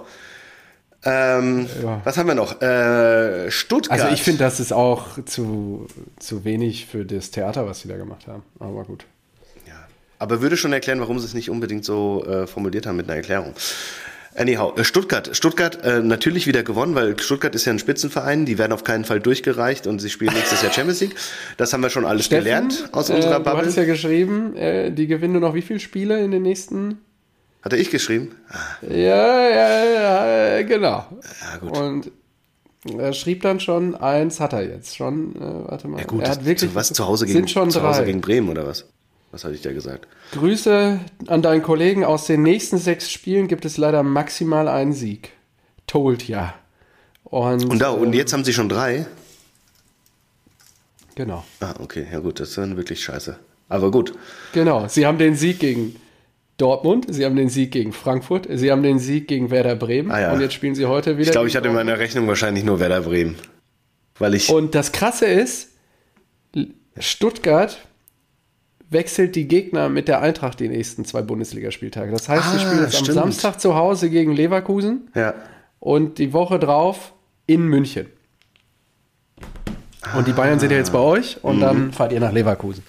Was haben wir noch? Stuttgart. Also ich finde, das ist auch zu wenig für das Theater, was sie da gemacht haben. Aber gut. Ja. Aber würde schon erklären, warum sie es nicht unbedingt so formuliert haben mit einer Erklärung. Anyhow, Stuttgart natürlich wieder gewonnen, weil Stuttgart ist ja ein Spitzenverein, die werden auf keinen Fall durchgereicht und sie spielen nächstes Jahr Champions League. Das haben wir schon alles gelernt aus unserer Bubble. Du hattest ja geschrieben, die gewinnen nur noch wie viele Spiele in den nächsten... Hatte ich geschrieben? Ja, genau. Ja, gut. Und er schrieb dann schon, 1 hat er jetzt schon, warte mal. Ja gut, er hat wirklich, zu Hause gegen Bremen oder was? Was hatte ich da gesagt? Grüße an deinen Kollegen. Aus den nächsten 6 Spielen gibt es leider maximal einen Sieg. Told ja. Und jetzt haben sie schon 3? Genau. Ah, okay. Ja gut, das ist dann wirklich scheiße. Aber gut. Genau. Sie haben den Sieg gegen Dortmund, sie haben den Sieg gegen Frankfurt, sie haben den Sieg gegen Werder Bremen und jetzt spielen sie heute wieder. Ich glaube, ich hatte in meiner Rechnung wahrscheinlich nur Werder Bremen. Und das Krasse ist, Stuttgart wechselt die Gegner mit der Eintracht die nächsten 2 Bundesligaspieltage. Das heißt, sie spielen jetzt am Samstag zu Hause gegen Leverkusen und die Woche drauf in München. Und die Bayern sind ja jetzt bei euch und dann fahrt ihr nach Leverkusen.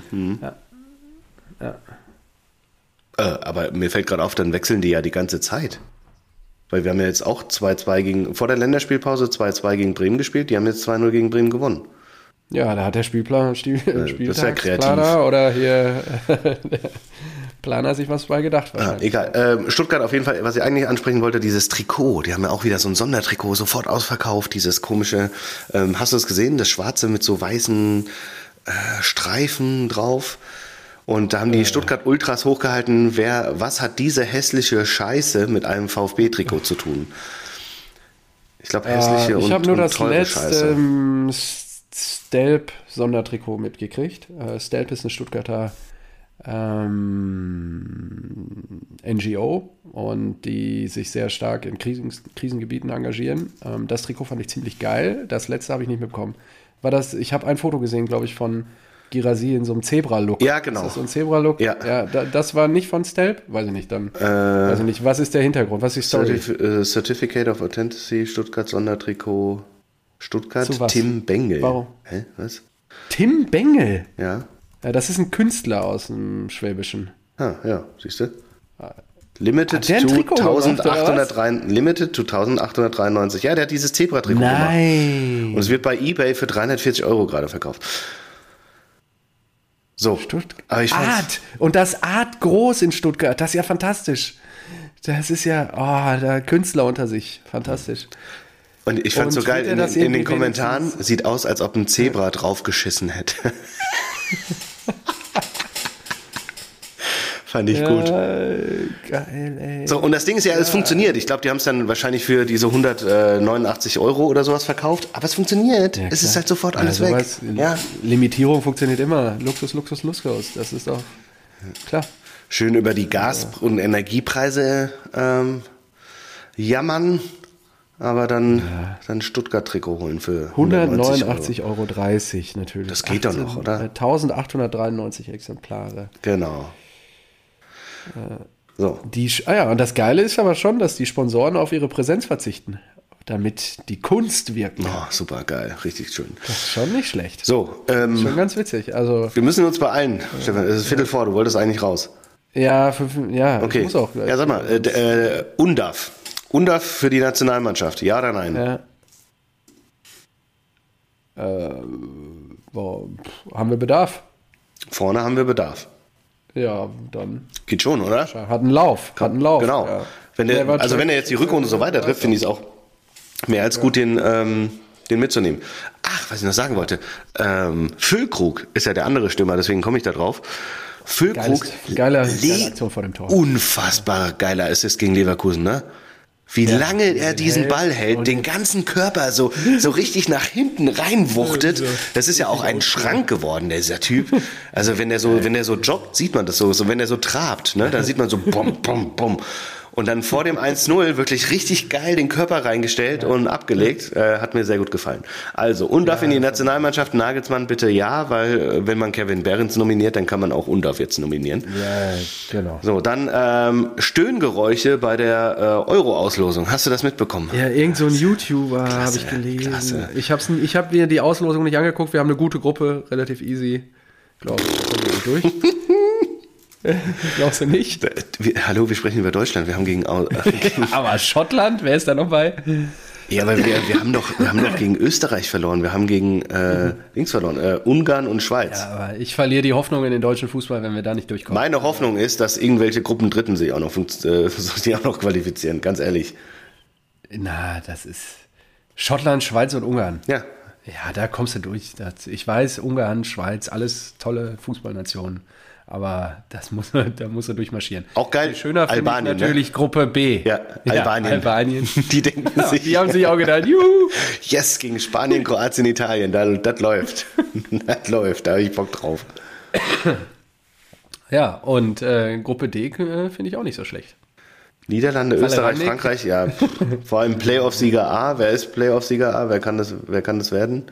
Ja. Aber mir fällt gerade auf, dann wechseln die ja die ganze Zeit. Weil wir haben ja jetzt auch 2-2 vor der Länderspielpause 2-2 gegen Bremen gespielt. Die haben jetzt 2-0 gegen Bremen gewonnen. Ja, da hat der Spieltagsplaner oder hier der Planer sich was bei gedacht. Egal. Stuttgart auf jeden Fall, was ich eigentlich ansprechen wollte, dieses Trikot. Die haben ja auch wieder so ein Sondertrikot sofort ausverkauft. Dieses komische, hast du es gesehen? Das schwarze mit so weißen Streifen drauf. Und da haben die Stuttgart Ultras hochgehalten, was hat diese hässliche Scheiße mit einem VfB-Trikot zu tun? Ich glaube, hässliche und ich habe nur das teure letzte Stelp-Sondertrikot mitgekriegt. Stelp ist eine Stuttgarter NGO und die sich sehr stark in Krisengebieten engagieren. Das Trikot fand ich ziemlich geil. Das letzte habe ich nicht mitbekommen. Ich habe ein Foto gesehen, glaube ich, von Girassi in so einem Zebra-Look. Ja, genau. Ist das so ein Zebra-Look? Ja. Das war nicht von Stelp? Weiß ich nicht. Dann weiß ich nicht. Was ist der Hintergrund? Was ist die Story? Certificate of Authenticity, Stuttgart Sondertrikot, Stuttgart, Tim Bengel. Warum? Hä? Was? Tim Bengel? Ja. Das ist ein Künstler aus dem Schwäbischen. Ja, siehst du? Limited to 1893. Ja, der hat dieses Zebra-Trikot gemacht. Und es wird bei eBay für 340 € gerade verkauft. So. Aber Art. Und das Art groß in Stuttgart. Das ist ja fantastisch. Das ist ja, der Künstler unter sich. Fantastisch. Und ich fand es so geil, in den Kommentaren sieht aus, als ob ein Zebra draufgeschissen hätte. Fand ich gut. Geil, ey. So, und das Ding ist ja, es funktioniert. Ich glaube, die haben es dann wahrscheinlich für diese 189 € oder sowas verkauft. Aber es funktioniert. Ja, es ist halt sofort alles weg. Ja. Limitierung funktioniert immer. Luxus. Das ist doch klar. Schön über die Gas- und Energiepreise jammern. Aber dann Stuttgart-Trikot holen für 189,30 € natürlich. Das geht doch noch, oder? 1893 Exemplare. Genau. So. Und das Geile ist aber schon, dass die Sponsoren auf ihre Präsenz verzichten, damit die Kunst wirken. Oh, super geil, richtig schön. Das ist schon nicht schlecht. So, schon ganz witzig. Also, wir müssen uns beeilen, Stefan. Es ist 3:15, du wolltest eigentlich raus. Ja, okay. ich muss auch gleich. Ja, sag mal, UNDAF. UNDAF für die Nationalmannschaft, ja oder nein? Ja. Haben wir Bedarf? Vorne haben wir Bedarf. Ja, dann. Geht schon, oder? Hat einen Lauf. Genau. Ja. Wenn er jetzt die Rückrunde so weiter trifft, finde ich es auch mehr als gut, den mitzunehmen. Ach, was ich noch sagen wollte. Füllkrug ist ja der andere Stürmer, deswegen komme ich da drauf. Füllkrug, geile Aktion vor dem Tor. Unfassbar geiler Assist gegen Leverkusen, ne? Wie lange er diesen Ball hält, den ganzen Körper so richtig nach hinten reinwuchtet. Das ist ja auch ein Schrank geworden, dieser Typ. Also wenn der so joggt, sieht man das so wenn der so trabt, ne? Dann sieht man so bum, bum, bum. Und dann vor dem 1-0 wirklich richtig geil den Körper reingestellt und abgelegt. Hat mir sehr gut gefallen. Also, UNDAF in die Nationalmannschaft, Nagelsmann bitte ja, weil wenn man Kevin Behrens nominiert, dann kann man auch UNDAF jetzt nominieren. Ja, genau. So, dann Stöhngeräusche bei der Euro-Auslosung. Hast du das mitbekommen? Ja, irgend so ein YouTuber habe ich gelesen. Klasse. Ich habe mir die Auslosung nicht angeguckt. Wir haben eine gute Gruppe, relativ easy. Ich glaube, da kommen wir durch. Glaubst du nicht? Hallo, wir sprechen über Deutschland. Wir haben gegen aber Schottland, wer ist da noch bei? Ja, aber wir haben doch gegen Österreich verloren. Wir haben gegen links verloren. Ungarn und Schweiz. Ja, aber ich verliere die Hoffnung in den deutschen Fußball, wenn wir da nicht durchkommen. Meine Hoffnung ist, dass irgendwelche Gruppendritten sich auch noch qualifizieren. Ganz ehrlich. Na, das ist Schottland, Schweiz und Ungarn. Ja. Ja, da kommst du durch. Ich weiß, Ungarn, Schweiz, alles tolle Fußballnationen. Aber da musst du durchmarschieren. Auch geil. Schöner finde ich natürlich, ne? Gruppe B. Ja, Albanien. Die denken sich. Die haben sich auch gedacht, juhu. Yes, gegen Spanien, Kroatien, Italien. Das läuft. Das läuft. Da habe ich Bock drauf. Ja, und Gruppe D finde ich auch nicht so schlecht. Niederlande, Österreich, Frankreich, ja. Vor allem Playoff-Sieger A. Wer ist Playoff-Sieger A? Wer kann das werden?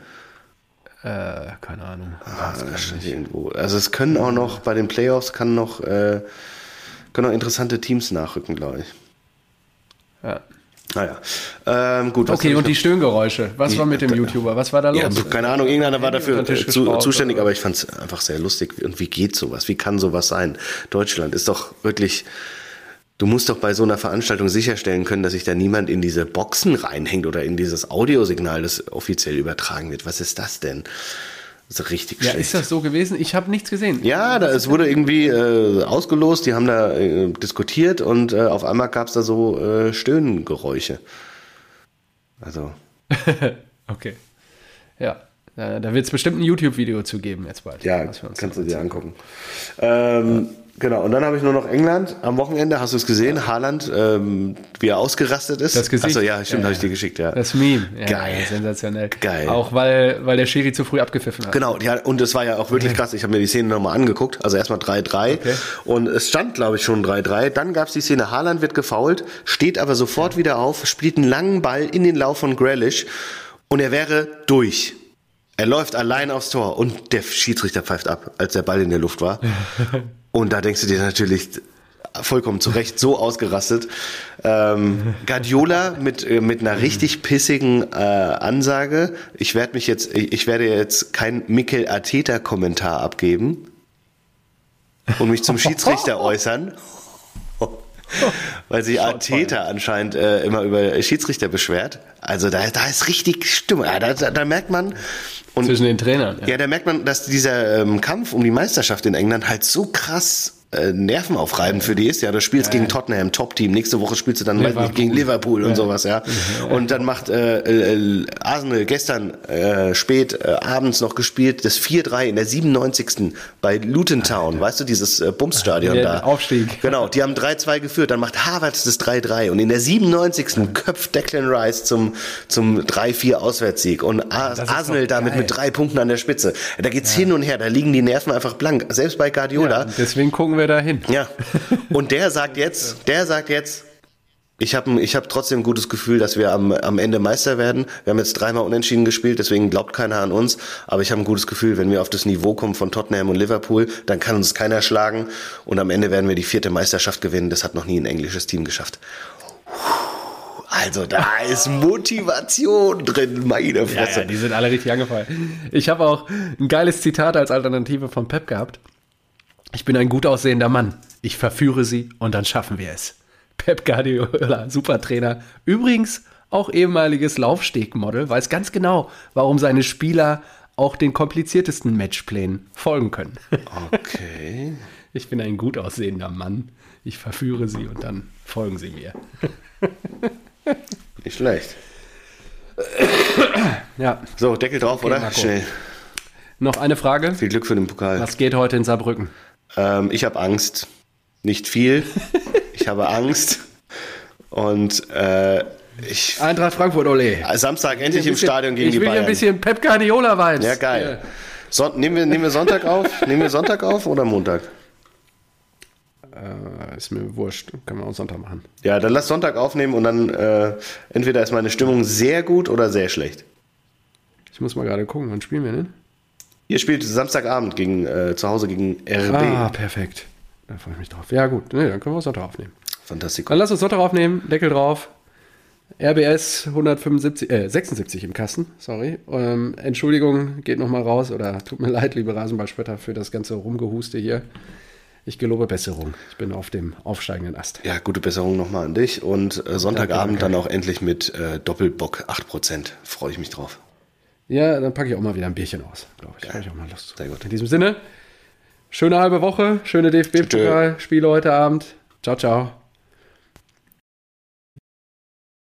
Keine Ahnung. Irgendwo. Also es können auch noch, bei den Playoffs können noch interessante Teams nachrücken, glaube ich. Ja. Naja. Gut. Okay, und die Stöhngeräusche. Was war mit dem YouTuber? Was war da los? Ja, keine Ahnung, irgendeiner war dafür zuständig, aber ich fand es einfach sehr lustig. Und wie geht sowas? Wie kann sowas sein? Deutschland ist doch wirklich... Du musst doch bei so einer Veranstaltung sicherstellen können, dass sich da niemand in diese Boxen reinhängt oder in dieses Audiosignal, das offiziell übertragen wird. Was ist das denn? Das ist richtig schlecht. Ja, ist das so gewesen? Ich habe nichts gesehen. Ja, es wurde irgendwie ausgelost, die haben da diskutiert und auf einmal gab es da so Stöhngeräusche. Also. Okay. Ja. Da wird es bestimmt ein YouTube-Video zu geben jetzt bald. Ja, kannst du dir angucken. Genau, und dann habe ich nur noch England. Am Wochenende, hast du es gesehen? Haaland, wie er ausgerastet ist. Das Gesicht. Achso, ja, stimmt, habe ich dir geschickt, ja. Das Meme. Ja, geil. Sensationell. Geil. Auch weil der Schiri zu früh abgepfiffen hat. Genau, ja, und es war ja auch wirklich krass. Ich habe mir die Szene nochmal angeguckt. Also erstmal 3-3. Okay. Und es stand, glaube ich, schon 3-3. Dann gab es die Szene, Haaland wird gefoult, steht aber sofort wieder auf, spielt einen langen Ball in den Lauf von Grealish und er wäre durch. Er läuft allein aufs Tor und der Schiedsrichter pfeift ab, als der Ball in der Luft war. Und da denkst du dir natürlich vollkommen zu Recht so ausgerastet. Guardiola mit einer richtig pissigen Ansage. Ich werde jetzt kein Mikel Arteta-Kommentar abgeben und mich zum Schiedsrichter äußern. Weil sich Arteta anscheinend immer über Schiedsrichter beschwert. Also da ist richtig Stimmung. Ja, da merkt man... Und, zwischen den Trainern. Ja, da merkt man, dass dieser Kampf um die Meisterschaft in England halt so krass nervenaufreibend für die ist. Ja, du spielst gegen Tottenham, Top-Team. Nächste Woche spielst du dann gegen Liverpool und sowas, ja. Und dann macht Arsenal gestern spät abends noch gespielt, das 4-3 in der 97. bei Luton Town. Weißt du, dieses Bumsstadion da. Aufstieg. Genau, die haben 3-2 geführt. Dann macht Havertz das 3-3. Und in der 97. köpft Declan Rice zum 3-4 Auswärtssieg. Und Arsenal damit mit 3 Punkten an der Spitze. Da geht's hin und her. Da liegen die Nerven einfach blank. Selbst bei Guardiola. Ja, deswegen gucken wir dahin. Ja. Und der sagt jetzt, ich hab trotzdem ein gutes Gefühl, dass wir am Ende Meister werden. Wir haben jetzt 3-mal unentschieden gespielt, deswegen glaubt keiner an uns. Aber ich habe ein gutes Gefühl, wenn wir auf das Niveau kommen von Tottenham und Liverpool, dann kann uns keiner schlagen. Und am Ende werden wir die 4. Meisterschaft gewinnen. Das hat noch nie ein englisches Team geschafft. Also da ist Motivation drin, meine Fresse. Ja, die sind alle richtig angefallen. Ich habe auch ein geiles Zitat als Alternative von Pep gehabt. Ich bin ein gut aussehender Mann. Ich verführe sie und dann schaffen wir es. Pep Guardiola, Supertrainer. Übrigens auch ehemaliges Laufstegmodel, weiß ganz genau, warum seine Spieler auch den kompliziertesten Matchplänen folgen können. Okay. Ich bin ein gut aussehender Mann. Ich verführe sie und dann folgen sie mir. Nicht schlecht. Ja. So, Deckel drauf, okay, oder? Marco. Schnell. Noch eine Frage. Viel Glück für den Pokal. Was geht heute in Saarbrücken? Ich habe Angst. Nicht viel. Ich habe Angst. Und Eintracht Frankfurt, ole. Samstag endlich im Stadion gegen die Bayern. Ich will ein bisschen Pep Guardiola-Vibes. Ja, geil. Nehmen wir Sonntag auf? Nehmen wir Sonntag auf oder Montag? Ist mir wurscht. Können wir auch Sonntag machen. Ja, dann lass Sonntag aufnehmen und dann entweder ist meine Stimmung sehr gut oder sehr schlecht. Ich muss mal gerade gucken, wann spielen wir denn? Ihr spielt Samstagabend zu Hause gegen RB. Ah, perfekt. Da freue ich mich drauf. Ja gut, dann können wir auch Sonntag aufnehmen. Fantastisch. Dann lass uns Sonntag aufnehmen, Deckel drauf. RBS 76 im Kasten, sorry. Entschuldigung, geht nochmal raus oder tut mir leid, liebe Rasenballspötter, für das ganze Rumgehuste hier. Ich gelobe Besserung. Ich bin auf dem aufsteigenden Ast. Ja, gute Besserung nochmal an dich und Sonntagabend dann auch endlich mit Doppelbock 8%. Freue ich mich drauf. Ja, dann packe ich auch mal wieder ein Bierchen aus, glaube ich. Da habe ich auch mal Lust. Sehr gut. In diesem Sinne, schöne halbe Woche, schöne DFB-Pokal-Spiele heute Abend. Ciao, ciao.